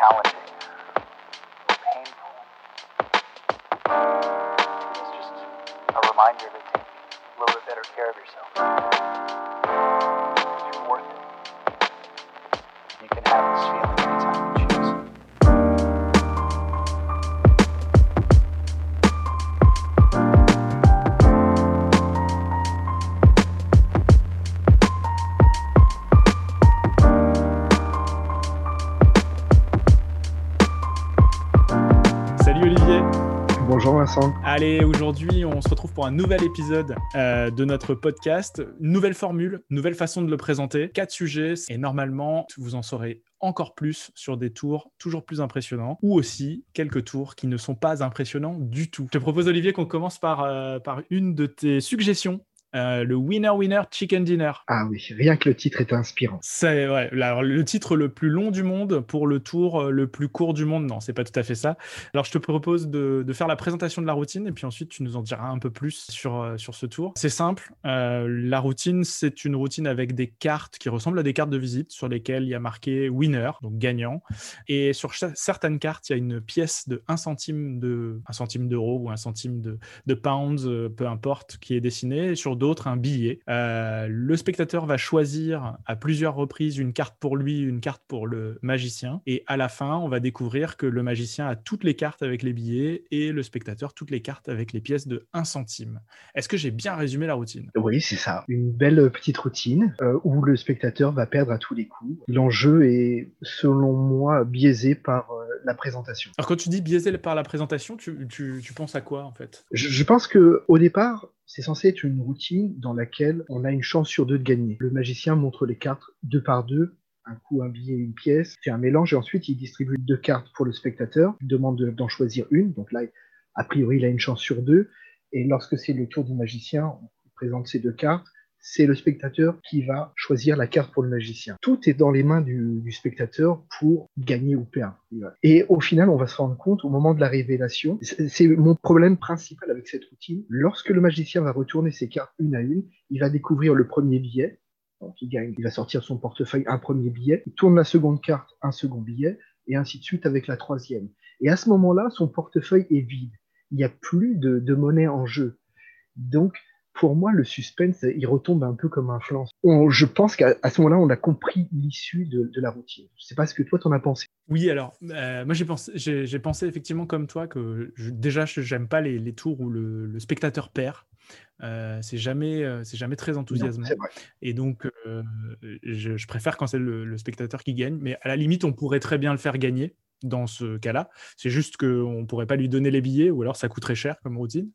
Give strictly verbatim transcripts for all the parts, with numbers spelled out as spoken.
challenging or painful. It's just a reminder to take a little bit better care of yourself. You're worth it. You can have this feeling anytime you choose. Bonjour Vincent. Allez, aujourd'hui, on se retrouve pour un nouvel épisode euh, de notre podcast. Nouvelle formule, nouvelle façon de le présenter. Quatre sujets et normalement, vous en saurez encore plus sur des tours toujours plus impressionnants ou aussi quelques tours qui ne sont pas impressionnants du tout. Je te propose, Olivier, qu'on commence par, euh, par une de tes suggestions. Euh, le Winner Winner Chicken Dinner. Ah oui, rien que le titre est inspirant. C'est ouais, alors, le titre le plus long du monde pour le tour le plus court du monde. Non, c'est pas tout à fait ça. Alors je te propose de, de faire la présentation de la routine et puis ensuite tu nous en diras un peu plus sur, sur ce tour. C'est simple, euh, la routine c'est une routine avec des cartes qui ressemblent à des cartes de visite sur lesquelles il y a marqué winner, donc gagnant. Et sur ch- certaines cartes, il y a une pièce de un centime, de, un centime d'euro ou un centime de, de pounds, euh, peu importe, qui est dessinée. Et sur d'autres, un billet. Euh, le spectateur va choisir à plusieurs reprises une carte pour lui, une carte pour le magicien. Et à la fin, on va découvrir que le magicien a toutes les cartes avec les billets et le spectateur toutes les cartes avec les pièces de un centime. Est-ce que j'ai bien résumé la routine ? Oui, c'est ça. Une belle petite routine euh, où le spectateur va perdre à tous les coups. L'enjeu est, selon moi, biaisé par euh, la présentation. Alors quand tu dis biaisé par la présentation, tu, tu, tu penses à quoi en fait ? Je, je pense que au départ, c'est censé être une routine dans laquelle on a une chance sur deux de gagner. Le magicien montre les cartes deux par deux, un coup, un billet, une pièce, fait un mélange et ensuite il distribue deux cartes pour le spectateur, il demande de, d'en choisir une, donc là, a priori, il a une chance sur deux, et lorsque c'est le tour du magicien, on présente ces deux cartes, c'est le spectateur qui va choisir la carte pour le magicien. Tout est dans les mains du, du spectateur pour gagner ou perdre. Et au final, on va se rendre compte, au moment de la révélation, c'est, c'est mon problème principal avec cette routine, lorsque le magicien va retourner ses cartes une à une, il va découvrir le premier billet, donc il gagne, il va sortir son portefeuille, un premier billet, il tourne la seconde carte, un second billet, et ainsi de suite avec la troisième. Et à ce moment-là, son portefeuille est vide. Il n'y a plus de, de monnaie en jeu. Donc, pour moi, le suspense, il retombe un peu comme un flanc. On, je pense qu'à à ce moment-là, on a compris l'issue de, de la routine. Je ne sais pas ce que toi, t'en as pensé. Oui, alors, euh, moi j'ai pensé, j'ai, j'ai pensé effectivement comme toi que je, déjà, je n'aime pas les, les tours où le, le spectateur perd. Euh, c'est jamais, euh, c'est jamais très enthousiasmant. Non, c'est vrai. Et donc, euh, je, je préfère quand c'est le, le spectateur qui gagne. Mais à la limite, on pourrait très bien le faire gagner dans ce cas-là. C'est juste qu'on ne pourrait pas lui donner les billets ou alors ça coûterait cher comme routine.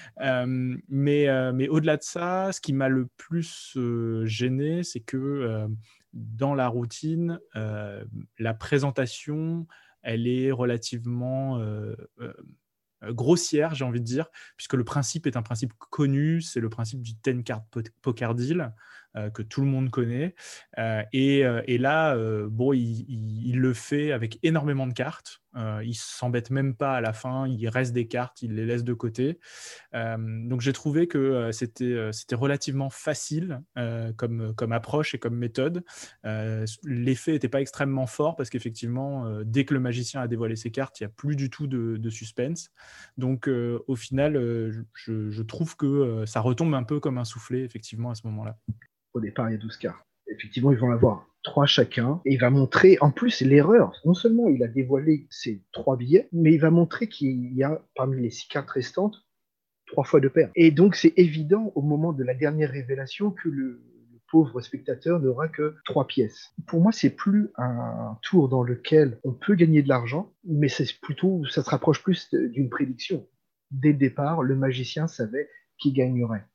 Euh, mais, euh, mais au-delà de ça, ce qui m'a le plus euh, gêné, c'est que euh, dans la routine, euh, la présentation, elle est relativement euh, euh, grossière, j'ai envie de dire, puisque le principe est un principe connu, c'est le principe du ten card poker deal, euh, que tout le monde connaît. Euh, et, euh, et là, euh, bon, il, il, il le fait avec énormément de cartes. Euh, il ne s'embête même pas à la fin, il reste des cartes, il les laisse de côté. Euh, donc j'ai trouvé que euh, c'était, euh, c'était relativement facile euh, comme, comme approche et comme méthode. Euh, l'effet n'était pas extrêmement fort parce qu'effectivement, euh, dès que le magicien a dévoilé ses cartes, il n'y a plus du tout de, de suspense. Donc euh, au final, euh, je, je trouve que euh, ça retombe un peu comme un soufflet, effectivement, à ce moment-là. Au départ, il y a douze cartes. Effectivement, ils vont avoir trois chacun. Et il va montrer, en plus, l'erreur. Non seulement il a dévoilé ses trois billets, mais il va montrer qu'il y a, parmi les six cartes restantes, trois fois de paire. Et donc, c'est évident, au moment de la dernière révélation, que le, le pauvre spectateur n'aura que trois pièces. Pour moi, c'est plus un tour dans lequel on peut gagner de l'argent, mais c'est plutôt, ça se rapproche plus d'une prédiction. Dès le départ, le magicien savait qui gagnerait.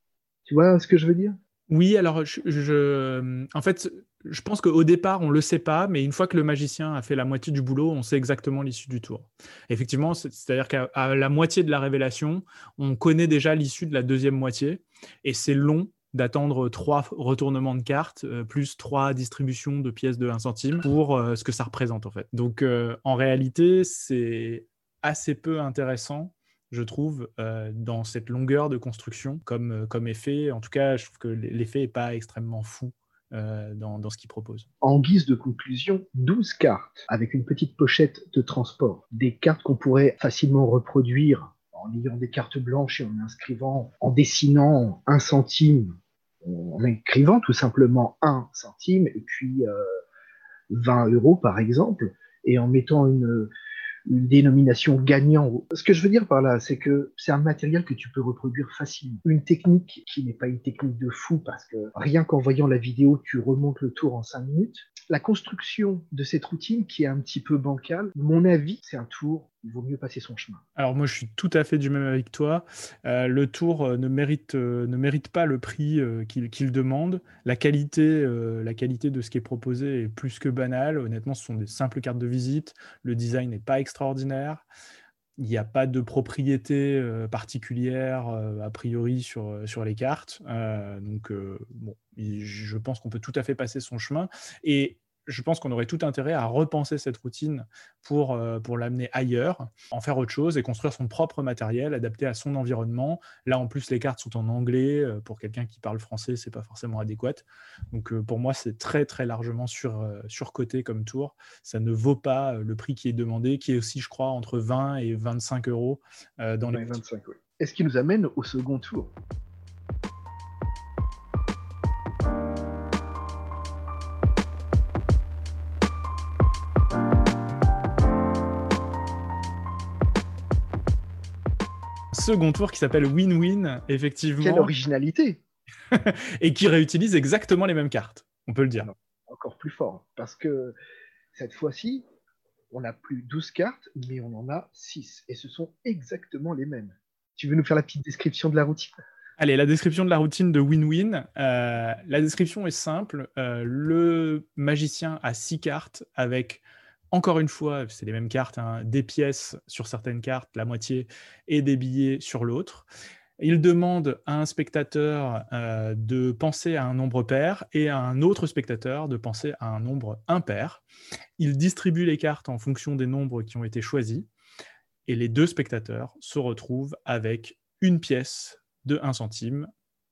Tu vois ce que je veux dire ? Oui, alors je, je, en fait, je pense qu'au départ, on ne le sait pas, mais une fois que le magicien a fait la moitié du boulot, on sait exactement l'issue du tour. Effectivement, c'est, c'est-à-dire qu'à à la moitié de la révélation, on connaît déjà l'issue de la deuxième moitié, et c'est long d'attendre trois retournements de cartes, euh, plus trois distributions de pièces de un centime pour euh, ce que ça représente, en fait. Donc, euh, en réalité, c'est assez peu intéressant, je trouve, euh, dans cette longueur de construction comme, euh, comme effet. En tout cas, je trouve que l'effet n'est pas extrêmement fou euh, dans, dans ce qu'ils proposent. En guise de conclusion, douze cartes avec une petite pochette de transport. Des cartes qu'on pourrait facilement reproduire en ayant des cartes blanches et en inscrivant, en dessinant un centime, en écrivant tout simplement un centime et puis euh, vingt euros par exemple, et en mettant une, une dénomination gagnant. Ce que je veux dire par là, c'est que c'est un matériel que tu peux reproduire facilement. Une technique qui n'est pas une technique de fou, parce que rien qu'en voyant la vidéo, tu remontes le tour en cinq minutes. La construction de cette routine qui est un petit peu bancale, mon avis, c'est un tour, il vaut mieux passer son chemin. Alors moi, je suis tout à fait du même avec toi. Euh, le tour euh, ne mérite, euh, ne mérite pas le prix euh, qu'il qu'il demande. La qualité, euh, la qualité de ce qui est proposé est plus que banale. Honnêtement, ce sont des simples cartes de visite. Le design n'est pas extraordinaire. Il n'y a pas de propriété euh, particulière, euh, a priori, sur, sur les cartes. Euh, donc, euh, bon, je pense qu'on peut tout à fait passer son chemin. Et je pense qu'on aurait tout intérêt à repenser cette routine pour, euh, pour l'amener ailleurs, en faire autre chose et construire son propre matériel adapté à son environnement. Là, en plus, les cartes sont en anglais. Euh, pour quelqu'un qui parle français, ce n'est pas forcément adéquat. Donc, euh, pour moi, c'est très, très largement sur, euh, surcoté comme tour. Ça ne vaut pas euh, le prix qui est demandé, qui est aussi, je crois, entre vingt et vingt-cinq euros euh, dans les boutiques. vingt-cinq, oui. Et ce qui nous amène au second tour. Second tour qui s'appelle Win-Win, effectivement. Quelle originalité! Et qui réutilise exactement les mêmes cartes, on peut le dire. Non, encore plus fort, parce que cette fois-ci, on n'a plus douze cartes, mais on en a six, et ce sont exactement les mêmes. Tu veux nous faire la petite description de la routine ? Allez, la description de la routine de Win-Win. Euh, la description est simple. Euh, le magicien a six cartes avec, encore une fois, c'est les mêmes cartes, hein, des pièces sur certaines cartes, la moitié, et des billets sur l'autre. Il demande à un spectateur euh, de penser à un nombre pair et à un autre spectateur de penser à un nombre impair. Il distribue les cartes en fonction des nombres qui ont été choisis et les deux spectateurs se retrouvent avec une pièce de un centime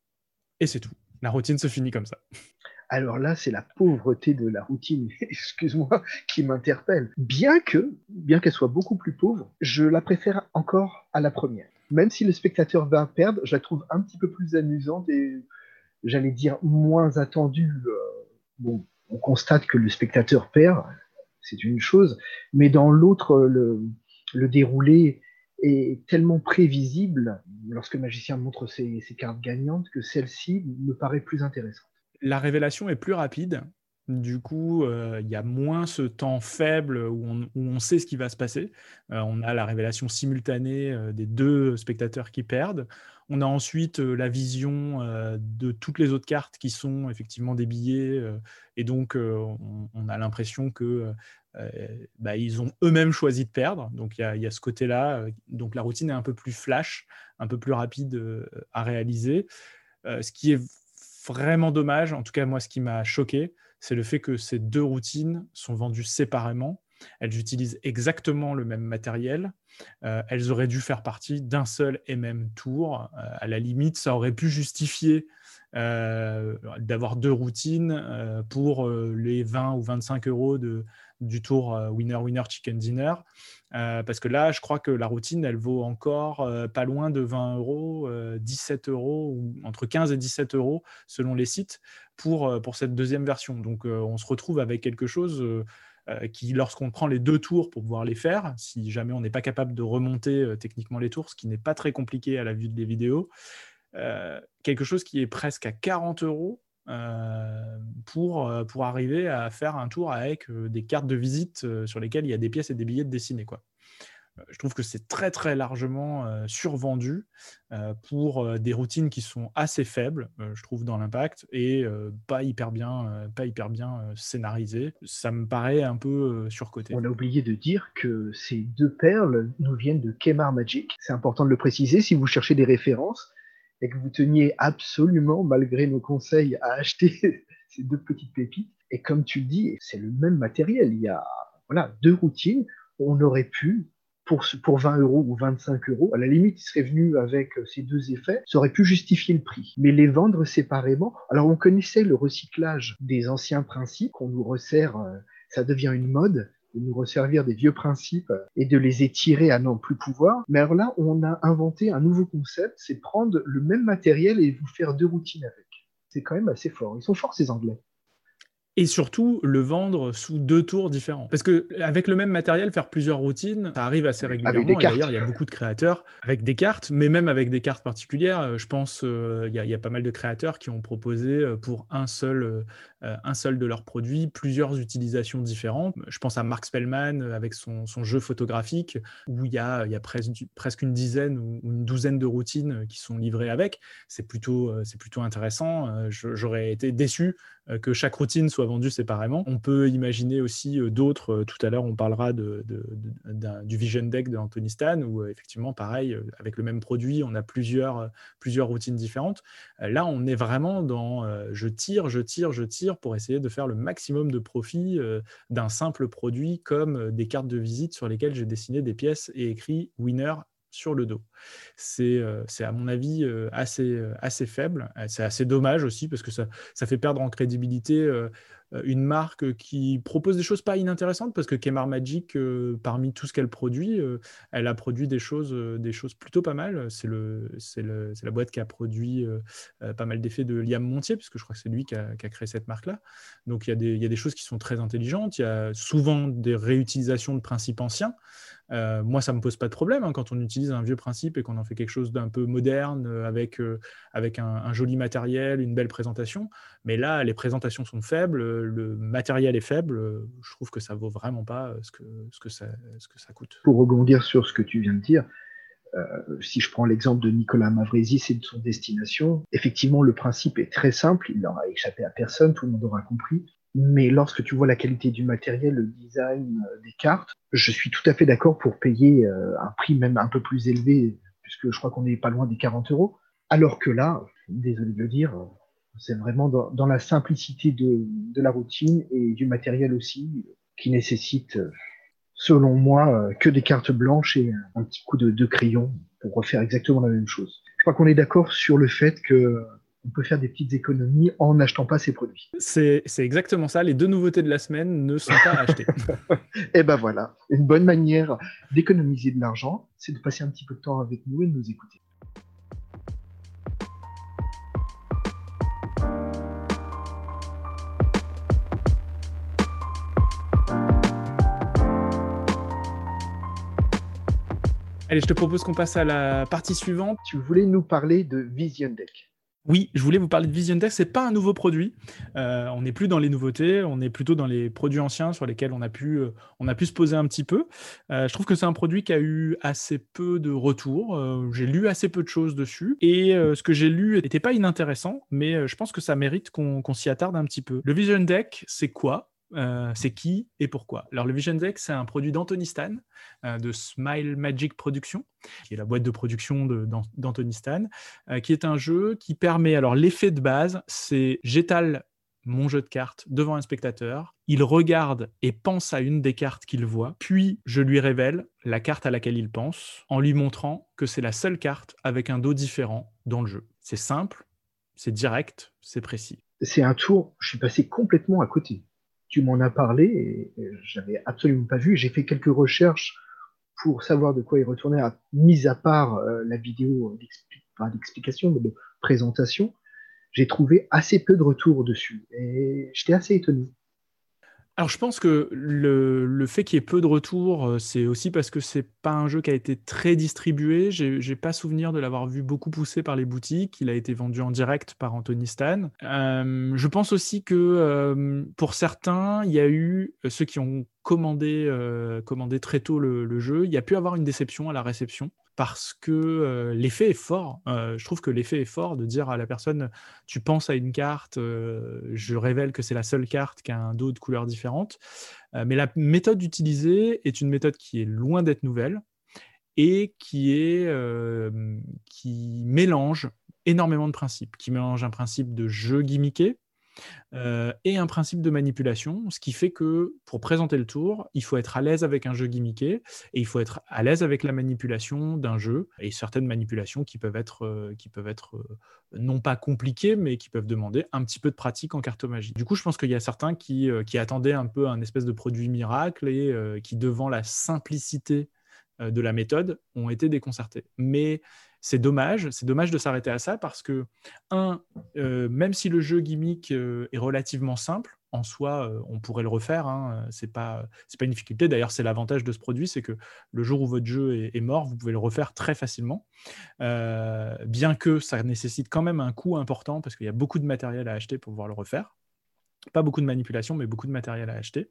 et c'est tout. La routine se finit comme ça. Alors là, c'est la pauvreté de la routine, excuse-moi, qui m'interpelle. Bien que, bien qu'elle soit beaucoup plus pauvre, je la préfère encore à la première. Même si le spectateur va perdre, je la trouve un petit peu plus amusante et, j'allais dire, moins attendue. Euh, bon, on constate que le spectateur perd, c'est une chose, mais dans l'autre, le, le déroulé est tellement prévisible lorsque le magicien montre ses, ses cartes gagnantes que celle-ci me paraît plus intéressante. La révélation est plus rapide. Du coup, euh, il y a moins ce temps faible où on, où on sait ce qui va se passer. Euh, on a la révélation simultanée euh, des deux spectateurs qui perdent. On a ensuite euh, la vision euh, de toutes les autres cartes qui sont effectivement des billets. Euh, et donc, euh, on, on a l'impression que euh, bah, ils ont eux-mêmes choisi de perdre. Donc, il y a, y a ce côté-là. Donc, la routine est un peu plus flash, un peu plus rapide euh, à réaliser. Euh, ce qui est vraiment dommage, en tout cas moi ce qui m'a choqué, c'est le fait que ces deux routines sont vendues séparément. Elles utilisent exactement le même matériel. Euh, elles auraient dû faire partie d'un seul et même tour. Euh, à la limite, ça aurait pu justifier euh, d'avoir deux routines euh, pour euh, les vingt ou vingt-cinq euros de, du tour euh, Winner Winner Chicken Dinner. Euh, parce que là, je crois que la routine, elle vaut encore euh, pas loin de vingt euros, euh, dix-sept euros, ou entre quinze et dix-sept euros selon les sites pour, euh, pour cette deuxième version. Donc, euh, on se retrouve avec quelque chose euh, euh, qui, lorsqu'on prend les deux tours pour pouvoir les faire, si jamais on n'est pas capable de remonter euh, techniquement les tours, ce qui n'est pas très compliqué à la vue des vidéos, euh, quelque chose qui est presque à quarante euros. Euh, pour, euh, pour arriver à faire un tour avec euh, des cartes de visite euh, sur lesquelles il y a des pièces et des billets de dessinés, quoi. Euh, je trouve que c'est très très largement euh, survendu euh, pour euh, des routines qui sont assez faibles, euh, je trouve, dans l'impact et euh, pas hyper bien, euh, pas hyper bien euh, scénarisées. Ça me paraît un peu euh, surcoté. On a oublié de dire que ces deux perles nous viennent de Kemar Magic. C'est important de le préciser si vous cherchez des références et que vous teniez absolument, malgré nos conseils, à acheter ces deux petites pépites. Et comme tu le dis, c'est le même matériel. Il y a voilà, deux routines. On aurait pu pour, pour vingt euros ou vingt-cinq euros. À la limite, il serait venu avec ces deux effets, ça aurait pu justifier le prix. Mais les vendre séparément, alors on connaissait le recyclage des anciens principes, qu'on nous resserre, euh, ça devient une mode, de nous resservir des vieux principes et de les étirer à n'en plus pouvoir. Mais alors là, on a inventé un nouveau concept, c'est prendre le même matériel et vous faire deux routines avec. C'est quand même assez fort. Ils sont forts, ces Anglais. Et surtout, le vendre sous deux tours différents. Parce qu'avec le même matériel, faire plusieurs routines, ça arrive assez régulièrement. Et d'ailleurs, il y a beaucoup de créateurs avec des cartes, mais même avec des cartes particulières. Je pense qu'il euh, y, y a pas mal de créateurs qui ont proposé pour un seul, euh, un seul de leurs produits plusieurs utilisations différentes. Je pense à Mark Spellman avec son, son jeu photographique, où il y a, y a presque, presque une dizaine ou une douzaine de routines qui sont livrées avec. C'est plutôt, c'est plutôt intéressant. J'aurais été déçu que chaque routine soit vendue séparément. On peut imaginer aussi d'autres, tout à l'heure on parlera de, de, de, du Vision Deck de Anthony Stan, où effectivement pareil, avec le même produit, on a plusieurs, plusieurs routines différentes. Là, on est vraiment dans euh, je tire, je tire, je tire pour essayer de faire le maximum de profit euh, d'un simple produit comme des cartes de visite sur lesquelles j'ai dessiné des pièces et écrit « Winner » sur le dos. C'est, euh, c'est à mon avis euh, assez, euh, assez faible. C'est assez dommage aussi parce que ça, ça fait perdre en crédibilité euh, une marque qui propose des choses pas inintéressantes, parce que Kmart Magic, euh, parmi tout ce qu'elle produit, euh, elle a produit des choses, euh, des choses plutôt pas mal. C'est, le, c'est, le, c'est la boîte qui a produit euh, euh, pas mal d'effets de Liam Montier, puisque je crois que c'est lui qui a, qui a créé cette marque-là. Donc il y a des, il y a des choses qui sont très intelligentes. Il y a souvent des réutilisations de principes anciens. Euh, moi, ça ne me pose pas de problème hein, quand on utilise un vieux principe et qu'on en fait quelque chose d'un peu moderne, euh, avec, euh, avec un, un joli matériel, une belle présentation. Mais là, les présentations sont faibles, le matériel est faible. Euh, je trouve que ça ne vaut vraiment pas ce que, ce, que ça, ce que ça coûte. Pour rebondir sur ce que tu viens de dire, euh, si je prends l'exemple de Nicolas Mavresis et de son Destination, effectivement, le principe est très simple, il n'aura échappé à personne, tout le monde aura compris. Mais lorsque tu vois la qualité du matériel, le design euh, des cartes, je suis tout à fait d'accord pour payer euh, un prix même un peu plus élevé, puisque je crois qu'on n'est pas loin des quarante euros. Alors que là, désolé de le dire, c'est vraiment dans, dans la simplicité de, de la routine et du matériel aussi, qui nécessite, selon moi, que des cartes blanches et un petit coup de, de crayon pour refaire exactement la même chose. Je crois qu'on est d'accord sur le fait que on peut faire des petites économies en n'achetant pas ces produits. C'est, c'est exactement ça. Les deux nouveautés de la semaine ne sont pas achetées. Et ben voilà, une bonne manière d'économiser de l'argent, c'est de passer un petit peu de temps avec nous et de nous écouter. Allez, je te propose qu'on passe à la partie suivante. Tu voulais nous parler de Vision Deck. Oui, je voulais vous parler de Vision Deck. C'est pas un nouveau produit. Euh, on n'est plus dans les nouveautés. On est plutôt dans les produits anciens sur lesquels on a pu, euh, on a pu se poser un petit peu. Euh, je trouve que c'est un produit qui a eu assez peu de retours. Euh, j'ai lu assez peu de choses dessus. Et euh, ce que j'ai lu n'était pas inintéressant, mais euh, je pense que ça mérite qu'on, qu'on s'y attarde un petit peu. Le Vision Deck, c'est quoi ? Euh, c'est qui et pourquoi? Alors, le Vision Deck, c'est un produit d'Anthony Stan, euh, de Smile Magic Productions, qui est la boîte de production de, d'Anthony Stan, euh, qui est un jeu qui permet... Alors, l'effet de base, c'est j'étale mon jeu de cartes devant un spectateur, il regarde et pense à une des cartes qu'il voit, puis je lui révèle la carte à laquelle il pense, en lui montrant que c'est la seule carte avec un dos différent dans le jeu. C'est simple, c'est direct, c'est précis. C'est un tour, je suis passé complètement à côté. Tu m'en as parlé et j'avais absolument pas vu. J'ai fait quelques recherches pour savoir de quoi il retournait, à, mis à part euh, la vidéo d'expli- pas d'explication, mais de présentation. J'ai trouvé assez peu de retours dessus et j'étais assez étonné. Alors, je pense que le, le fait qu'il y ait peu de retours, c'est aussi parce que c'est pas un jeu qui a été très distribué. J'ai, j'ai pas souvenir de l'avoir vu beaucoup poussé par les boutiques. Il a été vendu en direct par Anthony Stan. Euh, je pense aussi que euh, pour certains, il y a eu ceux qui ont commandé, euh, commandé très tôt le, le jeu. Il y a pu avoir une déception à la réception, parce que euh, l'effet est fort. Euh, je trouve que l'effet est fort de dire à la personne, tu penses à une carte, euh, je révèle que c'est la seule carte qui a un dos de couleur différente. Euh, mais la méthode utilisée est une méthode qui est loin d'être nouvelle et qui, est, euh, qui mélange énormément de principes, qui mélange un principe de jeu gimmické, euh, et un principe de manipulation, ce qui fait que pour présenter le tour, il faut être à l'aise avec un jeu gimmické et il faut être à l'aise avec la manipulation d'un jeu et certaines manipulations qui peuvent être, euh, qui peuvent être euh, non pas compliquées, mais qui peuvent demander un petit peu de pratique en cartomagie. Du coup, je pense qu'il y a certains qui, euh, qui attendaient un peu un espèce de produit miracle et euh, qui, devant la simplicité euh, de la méthode, ont été déconcertés. Mais c'est dommage, c'est dommage de s'arrêter à ça parce que, un, euh, même si le jeu gimmick euh, est relativement simple, en soi, euh, on pourrait le refaire, hein, c'est pas, c'est pas une difficulté. D'ailleurs, c'est l'avantage de ce produit, c'est que le jour où votre jeu est, est mort, vous pouvez le refaire très facilement, euh, bien que ça nécessite quand même un coût important parce qu'il y a beaucoup de matériel à acheter pour pouvoir le refaire. Pas beaucoup de manipulation, mais beaucoup de matériel à acheter.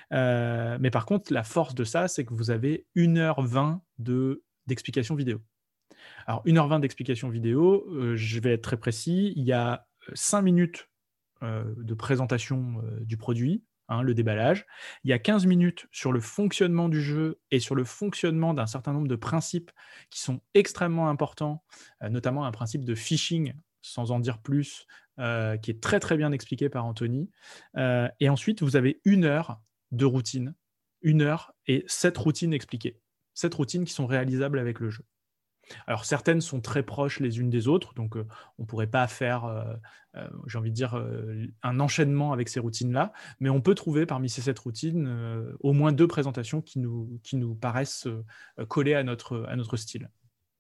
Euh, mais par contre, la force de ça, c'est que vous avez une heure vingt de, d'explications vidéo. Alors, une heure vingt d'explications vidéo, euh, je vais être très précis. Il y a cinq minutes euh, de présentation euh, du produit, hein, le déballage. Il y a quinze minutes sur le fonctionnement du jeu et sur le fonctionnement d'un certain nombre de principes qui sont extrêmement importants, euh, notamment un principe de phishing, sans en dire plus, euh, qui est très très bien expliqué par Anthony. Euh, et ensuite, vous avez une heure de routine, une heure et sept routines expliquées. Sept routines qui sont réalisables avec le jeu. Alors, certaines sont très proches les unes des autres, donc euh, on ne pourrait pas faire, euh, euh, j'ai envie de dire, euh, un enchaînement avec ces routines-là, mais on peut trouver parmi ces sept routines euh, au moins deux présentations qui nous, qui nous paraissent euh, coller à notre, à notre style.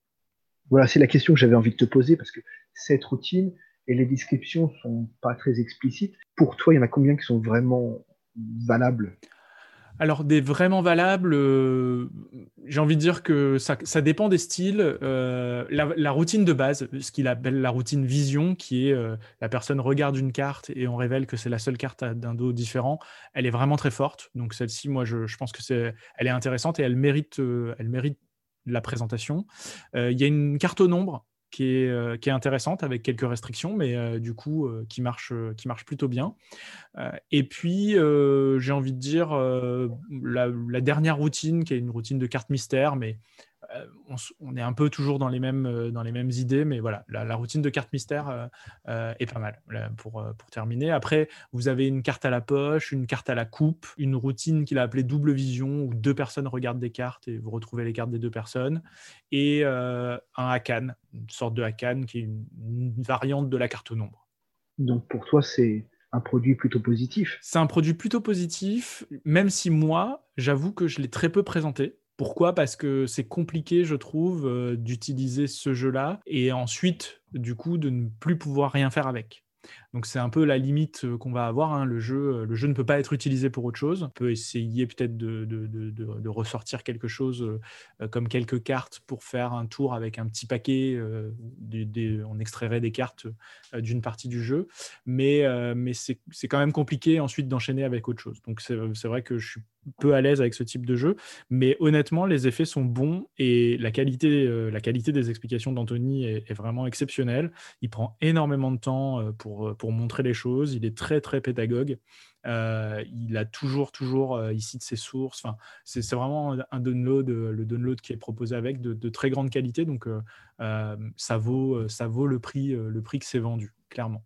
Voilà, c'est la question que j'avais envie de te poser parce que cette routine et les descriptions sont pas très explicites. Pour toi, il y en a combien qui sont vraiment valables? Alors, des vraiment valables, euh, j'ai envie de dire que ça, ça dépend des styles. Euh, la, la routine de base, ce qu'il appelle la routine vision, qui est euh, la personne regarde une carte et on révèle que c'est la seule carte d'un dos différent, elle est vraiment très forte. Donc celle-ci, moi, je, je pense que c'est, elle est intéressante et elle mérite, euh, elle mérite la présentation. Euh, Il y a une carte au nombre qui est, euh, qui est intéressante avec quelques restrictions, mais euh, du coup, euh, qui marche, euh, qui marche plutôt bien. Euh, et puis, euh, j'ai envie de dire, euh, la, la dernière routine, qui est une routine de carte mystère, mais euh, on, on est un peu toujours dans les mêmes, euh, dans les mêmes idées, mais voilà, la, la routine de carte mystère euh, euh, est pas mal là, pour, euh, pour terminer. Après, vous avez une carte à la poche, une carte à la coupe, une routine qu'il a appelée double vision, où deux personnes regardent des cartes et vous retrouvez les cartes des deux personnes, et euh, un Hakan, une sorte de Hakan qui est une, une variante de la carte au nombre. Donc pour toi, c'est un produit plutôt positif. C'est un produit plutôt positif, même si moi, j'avoue que je l'ai très peu présenté. Pourquoi? Parce que c'est compliqué, je trouve, euh, d'utiliser ce jeu-là et ensuite, du coup, de ne plus pouvoir rien faire avec. Donc c'est un peu la limite euh, qu'on va avoir, hein. Le jeu, euh, le jeu ne peut pas être utilisé pour autre chose. On peut essayer peut-être de, de, de, de, de ressortir quelque chose euh, comme quelques cartes pour faire un tour avec un petit paquet. Euh, des, des, on extrairait des cartes euh, d'une partie du jeu, mais, euh, mais c'est, c'est quand même compliqué ensuite d'enchaîner avec autre chose. Donc c'est, c'est vrai que je suis peu à l'aise avec ce type de jeu, mais honnêtement, les effets sont bons et la qualité, euh, la qualité des explications d'Anthony est, est vraiment exceptionnelle. Il prend énormément de temps euh, pour, pour montrer les choses. Il est très, très pédagogue. Euh, il a toujours, toujours, euh, il cite ses sources. Enfin, c'est, c'est vraiment un download, euh, le download qui est proposé avec, de, de très grande qualité. Donc, euh, euh, ça vaut, ça vaut le prix, euh, le prix que c'est vendu, clairement.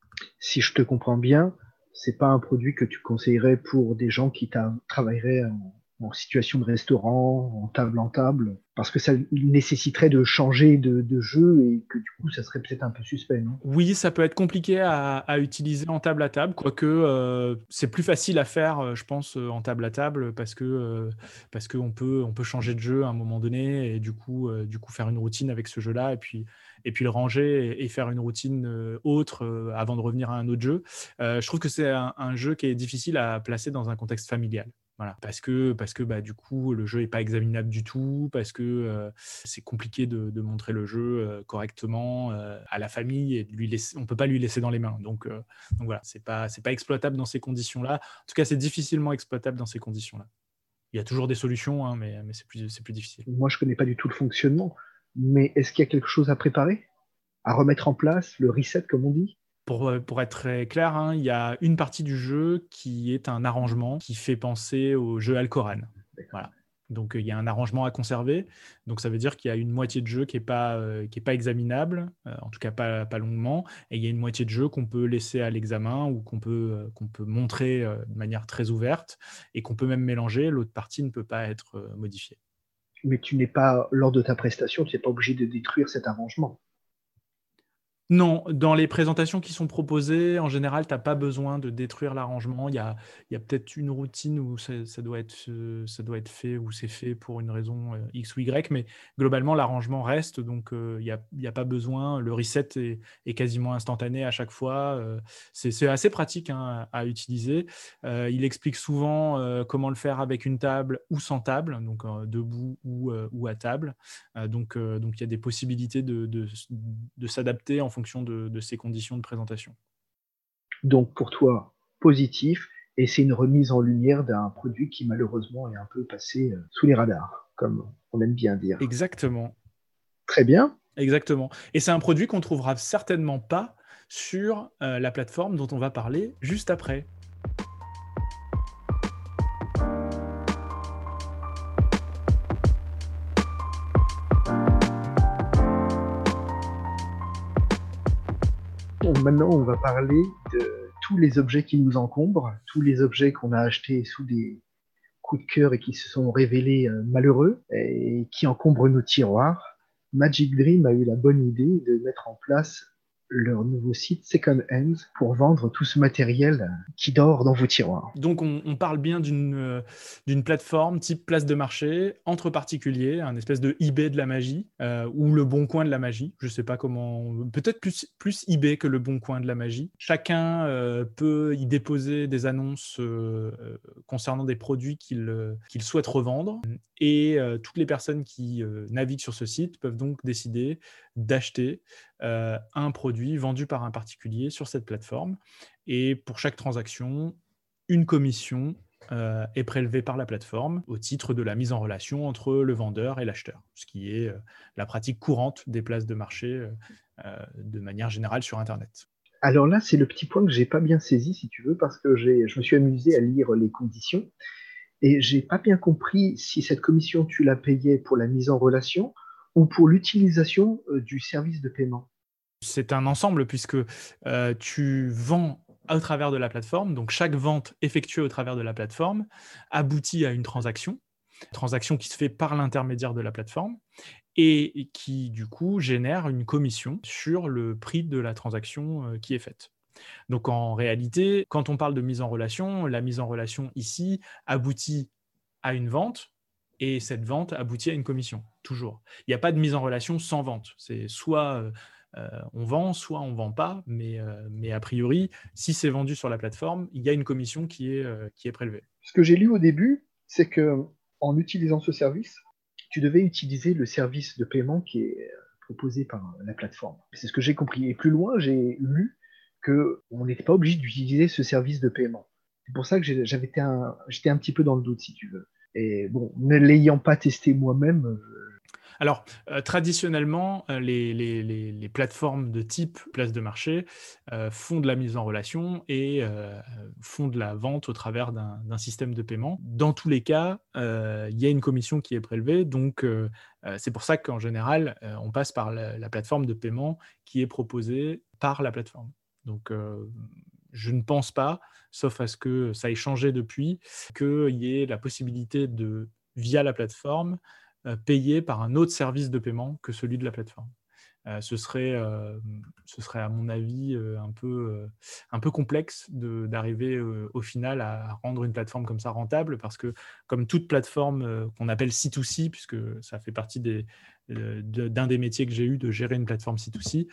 Si je te comprends bien, c'est pas un produit que tu conseillerais pour des gens qui ta- travailleraient en, en situation de restaurant, en table en table, parce que ça nécessiterait de changer de, de jeu et que du coup, ça serait peut-être un peu suspect, non? Oui, ça peut être compliqué à, à utiliser en table à table, quoique euh, c'est plus facile à faire, euh, je pense, euh, en table à table, parce que euh, parce qu'on peut on peut changer de jeu à un moment donné et du coup euh, du coup faire une routine avec ce jeu-là et puis et puis le ranger et, et faire une routine euh, autre euh, avant de revenir à un autre jeu. Euh, je trouve que c'est un, un jeu qui est difficile à placer dans un contexte familial. Voilà, parce que, parce que bah, du coup, le jeu n'est pas examinable du tout, parce que euh, c'est compliqué de, de montrer le jeu euh, correctement euh, à la famille et de lui laisser, on ne peut pas lui laisser dans les mains. Donc, euh, donc voilà, ce n'est pas, c'est pas exploitable dans ces conditions-là. En tout cas, c'est difficilement exploitable dans ces conditions-là. Il y a toujours des solutions, hein, mais, mais c'est plus, c'est plus difficile. Moi, je connais pas du tout le fonctionnement, mais est-ce qu'il y a quelque chose à préparer, à remettre en place, le reset, comme on dit? Pour, pour être très clair, hein, il y a une partie du jeu qui est un arrangement qui fait penser au jeu Alcoran. Voilà. Donc, il y a un arrangement à conserver. Donc, ça veut dire qu'il y a une moitié de jeu qui n'est pas, euh, qui est pas examinable, euh, en tout cas pas, pas longuement, et il y a une moitié de jeu qu'on peut laisser à l'examen ou qu'on peut, euh, qu'on peut montrer euh, de manière très ouverte et qu'on peut même mélanger. L'autre partie ne peut pas être euh, modifiée. Mais tu n'es pas, lors de ta prestation, tu n'es pas obligé de détruire cet arrangement. Non, dans les présentations qui sont proposées, en général, tu n'as pas besoin de détruire l'arrangement. Il y a, il y a peut-être une routine où ça, ça doit être, euh, ça doit être fait ou c'est fait pour une raison euh, X ou Y, mais globalement, l'arrangement reste, donc euh, il n'y a, il y a pas besoin. Le reset est, est quasiment instantané à chaque fois. Euh, c'est, c'est assez pratique hein, à, à utiliser. Euh, il explique souvent euh, comment le faire avec une table ou sans table, donc euh, debout ou, euh, ou à table. Euh, donc, euh, donc, il y a des possibilités de, de, de s'adapter en fonction de, de ces conditions de présentation. Donc pour toi, positif, et c'est une remise en lumière d'un produit qui malheureusement est un peu passé euh, sous les radars, comme on aime bien dire. Exactement. Très bien. Exactement. Et c'est un produit qu'on ne trouvera certainement pas sur euh, la plateforme dont on va parler juste après. Bon, maintenant, on va parler de tous les objets qui nous encombrent, tous les objets qu'on a achetés sous des coups de cœur et qui se sont révélés euh, malheureux et qui encombrent nos tiroirs. Magic Dream a eu la bonne idée de mettre en place leur nouveau site Second Hand pour vendre tout ce matériel qui dort dans vos tiroirs. Donc, on, on parle bien d'une, euh, d'une plateforme type place de marché entre particuliers, un espèce de eBay de la magie euh, ou le Bon Coin de la magie. Je ne sais pas comment, peut-être plus, plus eBay que le Bon Coin de la magie. Chacun euh, peut y déposer des annonces euh, euh, concernant des produits qu'il, euh, qu'il souhaite revendre. Et euh, toutes les personnes qui euh, naviguent sur ce site peuvent donc décider d'acheter euh, un produit vendu par un particulier sur cette plateforme. Et pour chaque transaction, une commission euh, est prélevée par la plateforme au titre de la mise en relation entre le vendeur et l'acheteur, ce qui est euh, la pratique courante des places de marché euh, euh, de manière générale sur Internet. Alors là, c'est le petit point que j'ai pas bien saisi, si tu veux, parce que j'ai, je me suis amusé à lire les conditions et j'ai pas bien compris si cette commission, tu la payais pour la mise en relation ou pour l'utilisation euh, du service de paiement. C'est un ensemble puisque euh, tu vends au travers de la plateforme, donc chaque vente effectuée au travers de la plateforme aboutit à une transaction, transaction qui se fait par l'intermédiaire de la plateforme et qui du coup génère une commission sur le prix de la transaction euh, qui est faite. Donc en réalité, quand on parle de mise en relation, la mise en relation ici aboutit à une vente et cette vente aboutit à une commission, toujours. Il n'y a pas de mise en relation sans vente. C'est soit euh, euh, on vend, soit on ne vend pas, mais, euh, mais a priori, si c'est vendu sur la plateforme, il y a une commission qui est, euh, qui est prélevée. Ce que j'ai lu au début, c'est que en utilisant ce service, tu devais utiliser le service de paiement qui est proposé par la plateforme. C'est ce que j'ai compris. Et plus loin, j'ai lu qu'on n'était pas obligé d'utiliser ce service de paiement. C'est pour ça que j'ai- j'avais été un, j'étais un petit peu dans le doute, si tu veux. Et bon, ne l'ayant pas testé moi-même, euh, Alors, euh, traditionnellement, euh, les, les, les, les plateformes de type place de marché euh, font de la mise en relation et euh, font de la vente au travers d'un, d'un système de paiement. Dans tous les cas, euh, il y a une commission qui est prélevée, donc euh, euh, c'est pour ça qu'en général, euh, on passe par la, la plateforme de paiement qui est proposée par la plateforme. Donc, euh, je ne pense pas, sauf à ce que ça ait changé depuis, qu'il y ait la possibilité de, via la plateforme, euh, payer par un autre service de paiement que celui de la plateforme. Euh, ce, serait, euh, ce serait, à mon avis, euh, un, peu, euh, un peu complexe de, d'arriver euh, au final à rendre une plateforme comme ça rentable, parce que comme toute plateforme euh, qu'on appelle C deux C, puisque ça fait partie des, euh, de, d'un des métiers que j'ai eu de gérer une plateforme C deux C,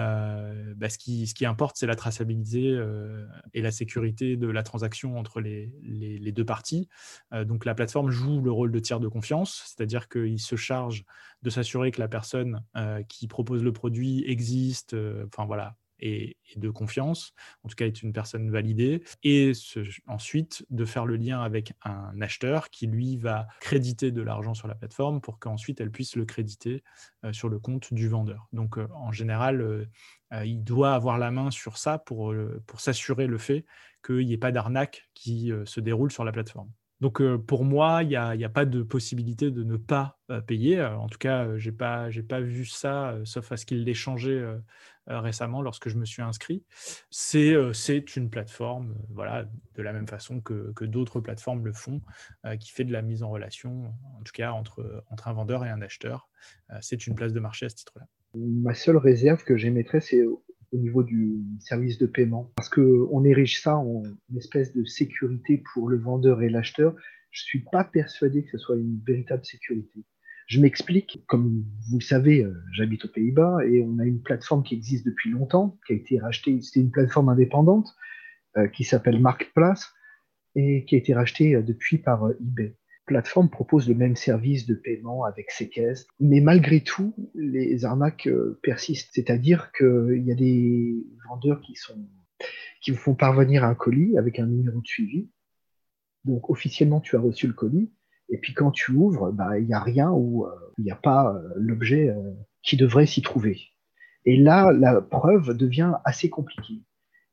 euh, bah, ce, qui, ce qui importe, c'est la traçabilité euh, et la sécurité de la transaction entre les, les, les deux parties. Euh, donc la plateforme joue le rôle de tiers de confiance, c'est-à-dire qu'il se charge de s'assurer que la personne euh, qui propose le produit existe, euh, enfin voilà, et, et de confiance, en tout cas est une personne validée, et ce, ensuite de faire le lien avec un acheteur qui lui va créditer de l'argent sur la plateforme pour qu'ensuite elle puisse le créditer euh, sur le compte du vendeur. Donc euh, en général, euh, euh, il doit avoir la main sur ça pour, euh, pour s'assurer le fait qu'il n'y ait pas d'arnaque qui euh, se déroule sur la plateforme. Donc euh, pour moi, il n'y a, il y a pas de possibilité de ne pas euh, payer. Euh, En tout cas, euh, j'ai pas, j'ai pas vu ça, euh, sauf à ce qu'il l'ait changé euh, euh, récemment lorsque je me suis inscrit. C'est, euh, c'est une plateforme, euh, voilà, de la même façon que, que d'autres plateformes le font, euh, qui fait de la mise en relation, en tout cas entre, entre un vendeur et un acheteur. Euh, c'est une place de marché à ce titre-là. Ma seule réserve que j'émettrais, c'est au au niveau du service de paiement. Parce qu'on érige ça en une espèce de sécurité pour le vendeur et l'acheteur. Je suis pas persuadé que ce soit une véritable sécurité. Je m'explique, comme vous le savez, euh, j'habite aux Pays-Bas et on a une plateforme qui existe depuis longtemps, qui a été rachetée, c'était une plateforme indépendante euh, qui s'appelle Marketplace et qui a été rachetée euh, depuis par euh, eBay. La plateforme propose le même service de paiement avec ses caisses, mais malgré tout, les arnaques euh, persistent. C'est-à-dire qu'il y a des vendeurs qui sont, qui vous font parvenir un colis avec un numéro de suivi. Donc officiellement, tu as reçu le colis, et puis quand tu ouvres, bah, il n'y a rien ou euh, il n'y a pas euh, l'objet euh, qui devrait s'y trouver. Et là, la preuve devient assez compliquée.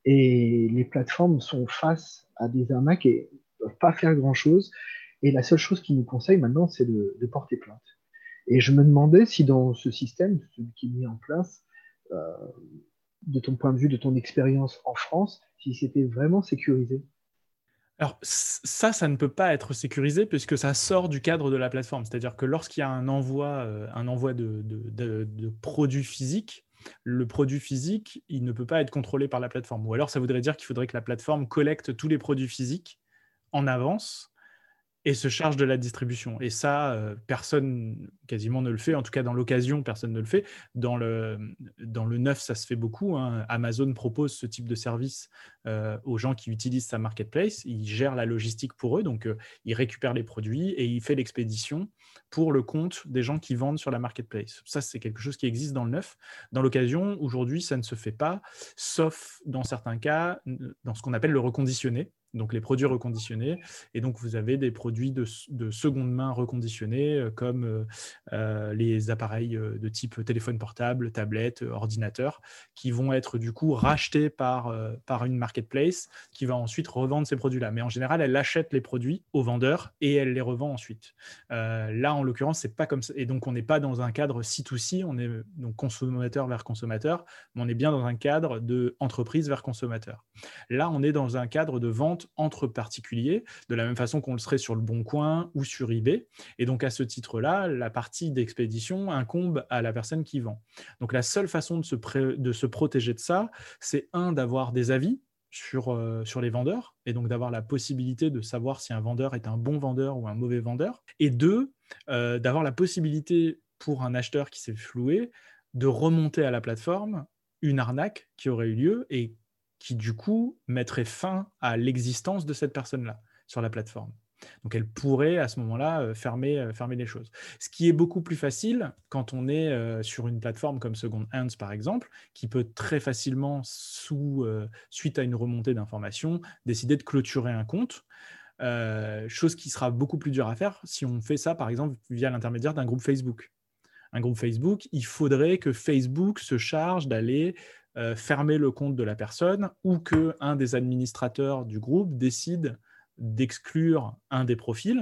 Et les plateformes sont face à des arnaques et ne peuvent pas faire grand-chose. Et la seule chose qu'ils nous conseillent maintenant, c'est de, de porter plainte. Et je me demandais si dans ce système, celui qui est mis en place, euh, de ton point de vue, de ton expérience en France, si c'était vraiment sécurisé. Alors c- ça, ça ne peut pas être sécurisé puisque ça sort du cadre de la plateforme. C'est-à-dire que lorsqu'il y a un envoi, euh, un envoi de, de, de, de produits physiques, le produit physique, il ne peut pas être contrôlé par la plateforme. Ou alors ça voudrait dire qu'il faudrait que la plateforme collecte tous les produits physiques en avance et se charge de la distribution. Et ça, euh, personne quasiment ne le fait. En tout cas, dans l'occasion, personne ne le fait. Dans le, dans le neuf, ça se fait beaucoup, hein. Amazon propose ce type de service euh, aux gens qui utilisent sa marketplace. Il gère la logistique pour eux. Donc, euh, il récupère les produits et il fait l'expédition pour le compte des gens qui vendent sur la marketplace. Ça, c'est quelque chose qui existe dans le neuf. Dans l'occasion, aujourd'hui, ça ne se fait pas, sauf dans certains cas, dans ce qu'on appelle le reconditionné. Donc, les produits reconditionnés. Et donc, vous avez des produits de, de seconde main reconditionnés, euh, comme euh, euh, les appareils euh, de type téléphone portable, tablette, euh, ordinateur, qui vont être du coup rachetés par, euh, par une marketplace qui va ensuite revendre ces produits-là. Mais en général, elle achète les produits aux vendeurs et elle les revend ensuite. Euh, là, en l'occurrence, c'est pas comme ça. Et donc, on n'est pas dans un cadre C deux C, on est donc consommateur vers consommateur, mais on est bien dans un cadre de entreprise vers consommateur. Là, on est dans un cadre de vente entre particuliers, de la même façon qu'on le serait sur le Bon Coin ou sur eBay. Et donc, à ce titre-là, la partie d'expédition incombe à la personne qui vend. Donc, la seule façon de se, pré- de se protéger de ça, c'est un, d'avoir des avis sur, euh, sur les vendeurs, et donc d'avoir la possibilité de savoir si un vendeur est un bon vendeur ou un mauvais vendeur. Et deux, euh, d'avoir la possibilité pour un acheteur qui s'est floué de remonter à la plateforme une arnaque qui aurait eu lieu et qui, du coup, mettrait fin à l'existence de cette personne-là sur la plateforme. Donc, elle pourrait, à ce moment-là, euh, fermer, euh, fermer les choses. Ce qui est beaucoup plus facile quand on est euh, sur une plateforme comme Second Hands, par exemple, qui peut très facilement, sous, euh, suite à une remontée d'informations, décider de clôturer un compte. Euh, chose qui sera beaucoup plus dure à faire si on fait ça, par exemple, via l'intermédiaire d'un groupe Facebook. Un groupe Facebook, il faudrait que Facebook se charge d'aller euh, fermer le compte de la personne ou qu'un des administrateurs du groupe décide d'exclure un des profils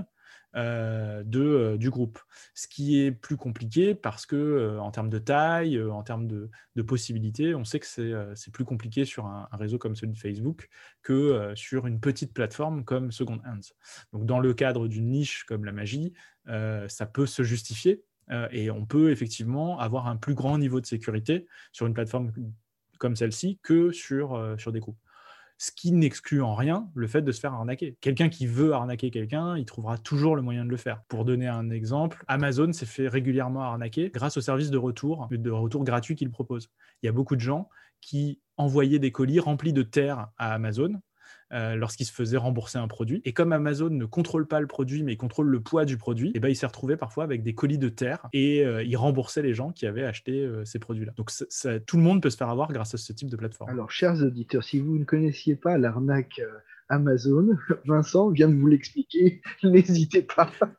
euh, de, euh, du groupe. Ce qui est plus compliqué parce que euh, en termes de taille, euh, en termes de, de possibilités, on sait que c'est, euh, c'est plus compliqué sur un, un réseau comme celui de Facebook que euh, sur une petite plateforme comme Second Hands. Donc dans le cadre d'une niche comme la magie, euh, ça peut se justifier. Euh, et on peut effectivement avoir un plus grand niveau de sécurité sur une plateforme comme celle-ci que sur, euh, sur des groupes. Ce qui n'exclut en rien le fait de se faire arnaquer. Quelqu'un qui veut arnaquer quelqu'un, il trouvera toujours le moyen de le faire. Pour donner un exemple, Amazon s'est fait régulièrement arnaquer grâce au service de retour, de retour gratuit qu'il propose. Il y a beaucoup de gens qui envoyaient des colis remplis de terre à Amazon euh, lorsqu'il se faisait rembourser un produit. Et comme Amazon ne contrôle pas le produit, mais il contrôle le poids du produit, et ben, il s'est retrouvé parfois avec des colis de terre et euh, il remboursait les gens qui avaient acheté euh, ces produits-là. Donc ça, ça, tout le monde peut se faire avoir grâce à ce type de plateforme. Alors, chers auditeurs, si vous ne connaissiez pas l'arnaque euh, Amazon, Vincent vient de vous l'expliquer, n'hésitez pas.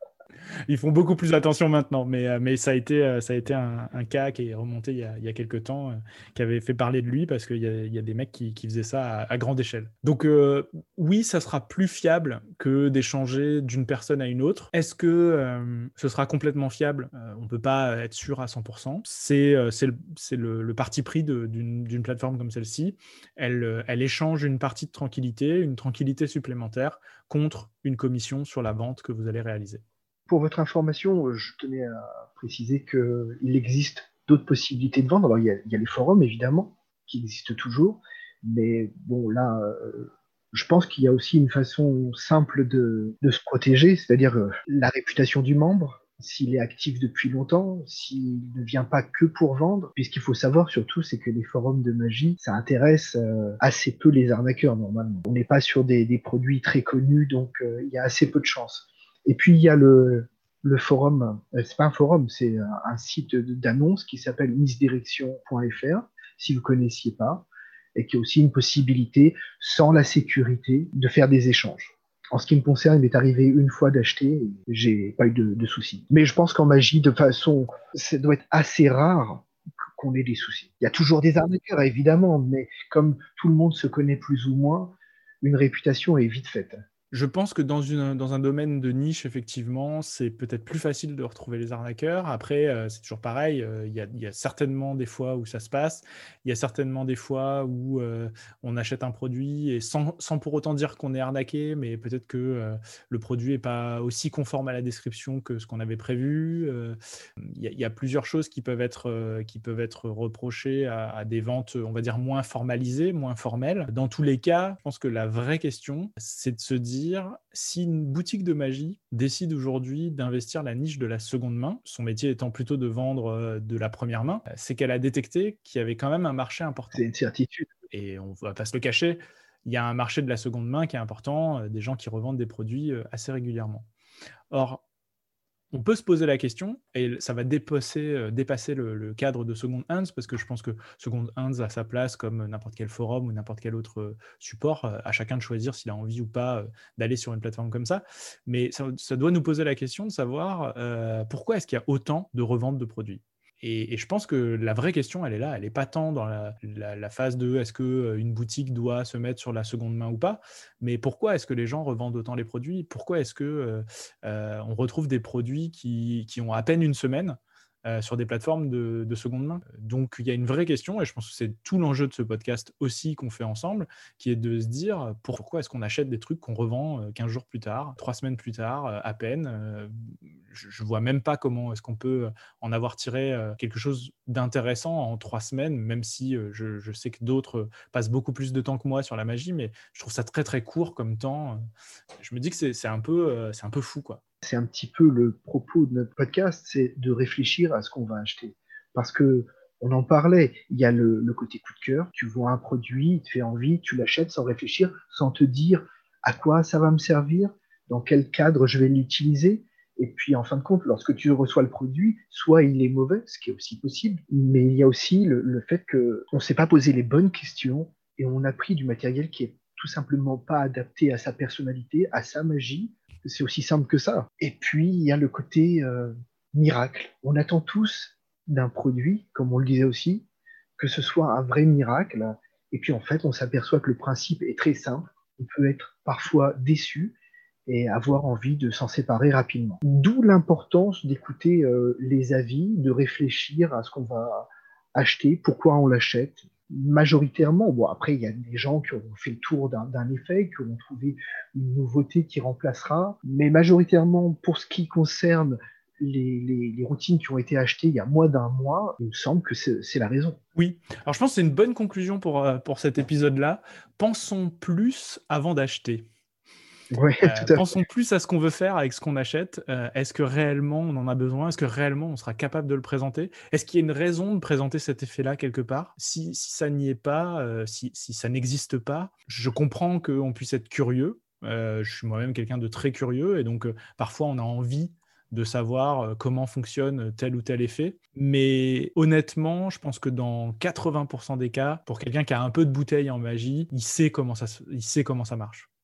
Ils font beaucoup plus attention maintenant, mais, euh, mais ça a été, euh, ça a été un, un cas qui est remonté il y a, il y a quelques temps, euh, qui avait fait parler de lui parce qu'il y a, il y a des mecs qui, qui faisaient ça à, à grande échelle. Donc euh, oui, ça sera plus fiable que d'échanger d'une personne à une autre. Est-ce que euh, ce sera complètement fiable? Euh, On ne peut pas être sûr à cent pour cent. C'est euh, c'est le, c'est le, le parti pris de- d'une d'une plateforme comme celle-ci. Elle, euh, elle échange une partie de tranquillité, une tranquillité supplémentaire contre une commission sur la vente que vous allez réaliser. Pour votre information, je tenais à préciser qu'il existe d'autres possibilités de vendre. Alors, il y a, il y a les forums, évidemment, qui existent toujours. Mais bon, là, euh, je pense qu'il y a aussi une façon simple de, de se protéger, c'est-à-dire euh, la réputation du membre, s'il est actif depuis longtemps, s'il ne vient pas que pour vendre. Puis ce qu'il faut savoir surtout, c'est que les forums de magie, ça intéresse euh, assez peu les arnaqueurs normalement. On n'est pas sur des, des produits très connus, donc euh, il y a assez peu de chances. Et puis il y a le, le forum, euh, c'est pas un forum, c'est un, un site d'annonce qui s'appelle misdirection point f r, si vous connaissiez pas, et qui a aussi une possibilité, sans la sécurité, de faire des échanges. En ce qui me concerne, il m'est arrivé une fois d'acheter, et j'ai pas eu de, de soucis. Mais je pense qu'en magie, de façon, ça doit être assez rare qu'on ait des soucis. Il y a toujours des arnaqueurs, évidemment, mais comme tout le monde se connaît plus ou moins, une réputation est vite faite. Je pense que dans, une, dans un domaine de niche, effectivement, c'est peut-être plus facile de retrouver les arnaqueurs. Après, euh, c'est toujours pareil. euh, Il y a, il y a certainement des fois où ça se passe. Il y a certainement des fois où euh, on achète un produit et sans, sans pour autant dire qu'on est arnaqué, mais peut-être que euh, le produit n'est pas aussi conforme à la description que ce qu'on avait prévu. Euh, il, y a, il y a plusieurs choses qui peuvent être, euh, qui peuvent être reprochées à, à des ventes, on va dire, moins formalisées, moins formelles. Dans tous les cas, je pense que la vraie question, c'est de se dire si une boutique de magie décide aujourd'hui d'investir la niche de la seconde main, son métier étant plutôt de vendre de la première main, c'est qu'elle a détecté qu'il y avait quand même un marché important. C'est une certitude. Et on ne va pas se le cacher, il y a un marché de la seconde main qui est important, des gens qui revendent des produits assez régulièrement. Or, on peut se poser la question, et ça va dépasser, euh, dépasser le, le cadre de Second Hands, parce que je pense que Second Hands a sa place comme n'importe quel forum ou n'importe quel autre euh, support, euh, à chacun de choisir s'il a envie ou pas euh, d'aller sur une plateforme comme ça. Mais ça, ça doit nous poser la question de savoir euh, pourquoi est-ce qu'il y a autant de reventes de produits. Et, et je pense que la vraie question, elle est là. Elle n'est pas tant dans la, la, la phase de est-ce qu'une boutique doit se mettre sur la seconde main ou pas, mais pourquoi est-ce que les gens revendent autant les produits? Pourquoi est-ce qu'on euh, euh, retrouve des produits qui, qui ont à peine une semaine euh, sur des plateformes de, de seconde main? Donc, il y a une vraie question, et je pense que c'est tout l'enjeu de ce podcast aussi qu'on fait ensemble, qui est de se dire pourquoi est-ce qu'on achète des trucs qu'on revend quinze jours plus tard, trois semaines plus tard, à peine. Euh, je ne vois même pas comment est-ce qu'on peut en avoir tiré quelque chose d'intéressant en trois semaines, même si je, je sais que d'autres passent beaucoup plus de temps que moi sur la magie, mais je trouve ça très très court comme temps. Je me dis que c'est, c'est, un, peu, c'est un peu fou, quoi. C'est un petit peu le propos de notre podcast, c'est de réfléchir à ce qu'on va acheter. Parce que on en parlait, il y a le, le côté coup de cœur, tu vois un produit, il te fait envie, tu l'achètes sans réfléchir, sans te dire à quoi ça va me servir, dans quel cadre je vais l'utiliser. Et puis, en fin de compte, lorsque tu reçois le produit, soit il est mauvais, ce qui est aussi possible, mais il y a aussi le, le fait qu'on ne s'est pas posé les bonnes questions et on a pris du matériel qui est tout simplement pas adapté à sa personnalité, à sa magie. C'est aussi simple que ça. Et puis, il y a le côté euh, miracle. On attend tous d'un produit, comme on le disait aussi, que ce soit un vrai miracle. Et puis, en fait, on s'aperçoit que le principe est très simple. On peut être parfois déçu et avoir envie de s'en séparer rapidement. D'où l'importance d'écouter euh, les avis, de réfléchir à ce qu'on va acheter, pourquoi on l'achète. Majoritairement, bon après il y a des gens qui ont fait le tour d'un, d'un effet, qui ont trouvé une nouveauté qui remplacera, mais majoritairement pour ce qui concerne les, les, les routines qui ont été achetées il y a moins d'un mois, il me semble que c'est, c'est la raison. Oui, alors je pense que c'est une bonne conclusion pour, pour cet épisode-là. Pensons plus avant d'acheter. Ouais, Euh, tout à pensons fait. plus à ce qu'on veut faire avec ce qu'on achète. Euh, est-ce que réellement on en a besoin? Est-ce que réellement on sera capable de le présenter? Est-ce qu'il y a une raison de présenter cet effet-là quelque part? Si, si ça n'y est pas, euh, si, si ça n'existe pas, je comprends qu'on puisse être curieux. Euh, je suis moi-même quelqu'un de très curieux et donc euh, parfois on a envie de savoir euh, comment fonctionne tel ou tel effet. Mais honnêtement, je pense que dans quatre-vingts pour cent des cas, pour quelqu'un qui a un peu de bouteille en magie, il sait comment ça, il sait comment ça marche.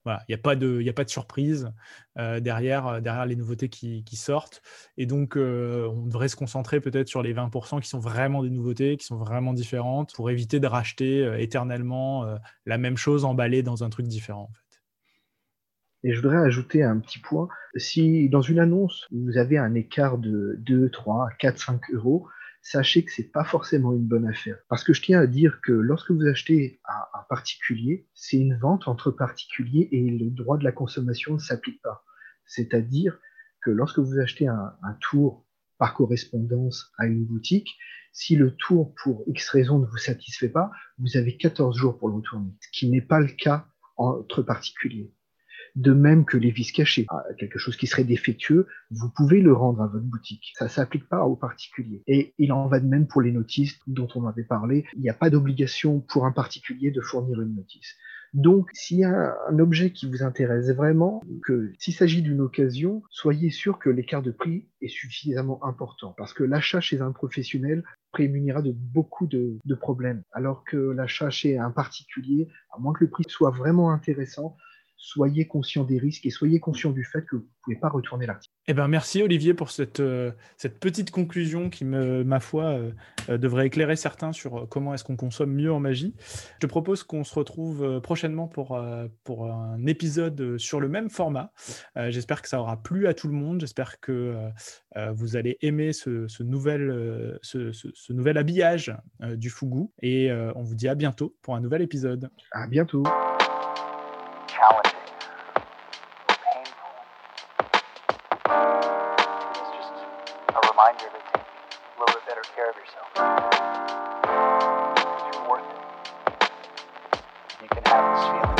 Voilà, il n'y a pas de, il y a pas de surprise euh, derrière, euh, derrière les nouveautés qui, qui sortent. Et donc, euh, on devrait se concentrer peut-être sur les vingt pour cent qui sont vraiment des nouveautés, qui sont vraiment différentes, pour éviter de racheter euh, éternellement euh, la même chose emballée dans un truc différent, en fait. Et je voudrais ajouter un petit point. Si dans une annonce, vous avez un écart de deux, trois, quatre, cinq euros, sachez que c'est pas forcément une bonne affaire. Parce que je tiens à dire que lorsque vous achetez à un particulier, c'est une vente entre particuliers et le droit de la consommation ne s'applique pas. C'est-à-dire que lorsque vous achetez un, un tour par correspondance à une boutique, si le tour, pour X raison, ne vous satisfait pas, vous avez quatorze jours pour le retourner, ce qui n'est pas le cas entre particuliers. De même que les vis cachés, quelque chose qui serait défectueux, vous pouvez le rendre à votre boutique. Ça ne s'applique pas aux particuliers. Et il en va de même pour les notices dont on avait parlé. Il n'y a pas d'obligation pour un particulier de fournir une notice. Donc, s'il y a un objet qui vous intéresse vraiment, que s'il s'agit d'une occasion, soyez sûr que l'écart de prix est suffisamment important. Parce que l'achat chez un professionnel prémunira de beaucoup de, de problèmes. Alors que l'achat chez un particulier, à moins que le prix soit vraiment intéressant, soyez conscient des risques et soyez conscient du fait que vous ne pouvez pas retourner l'article. Eh ben, merci Olivier pour cette, euh, cette petite conclusion qui, me, ma foi, euh, euh, devrait éclairer certains sur comment est-ce qu'on consomme mieux en magie. Je te propose qu'on se retrouve prochainement pour, euh, pour un épisode sur le même format. Euh, j'espère que ça aura plu à tout le monde. J'espère que euh, vous allez aimer ce, ce, nouvel, euh, ce, ce, ce nouvel habillage euh, du Fugu. Et euh, on vous dit à bientôt pour un nouvel épisode. À bientôt. Challenging, painful. It's just a reminder to take a little bit better care of yourself. You're worth it. You can have this feeling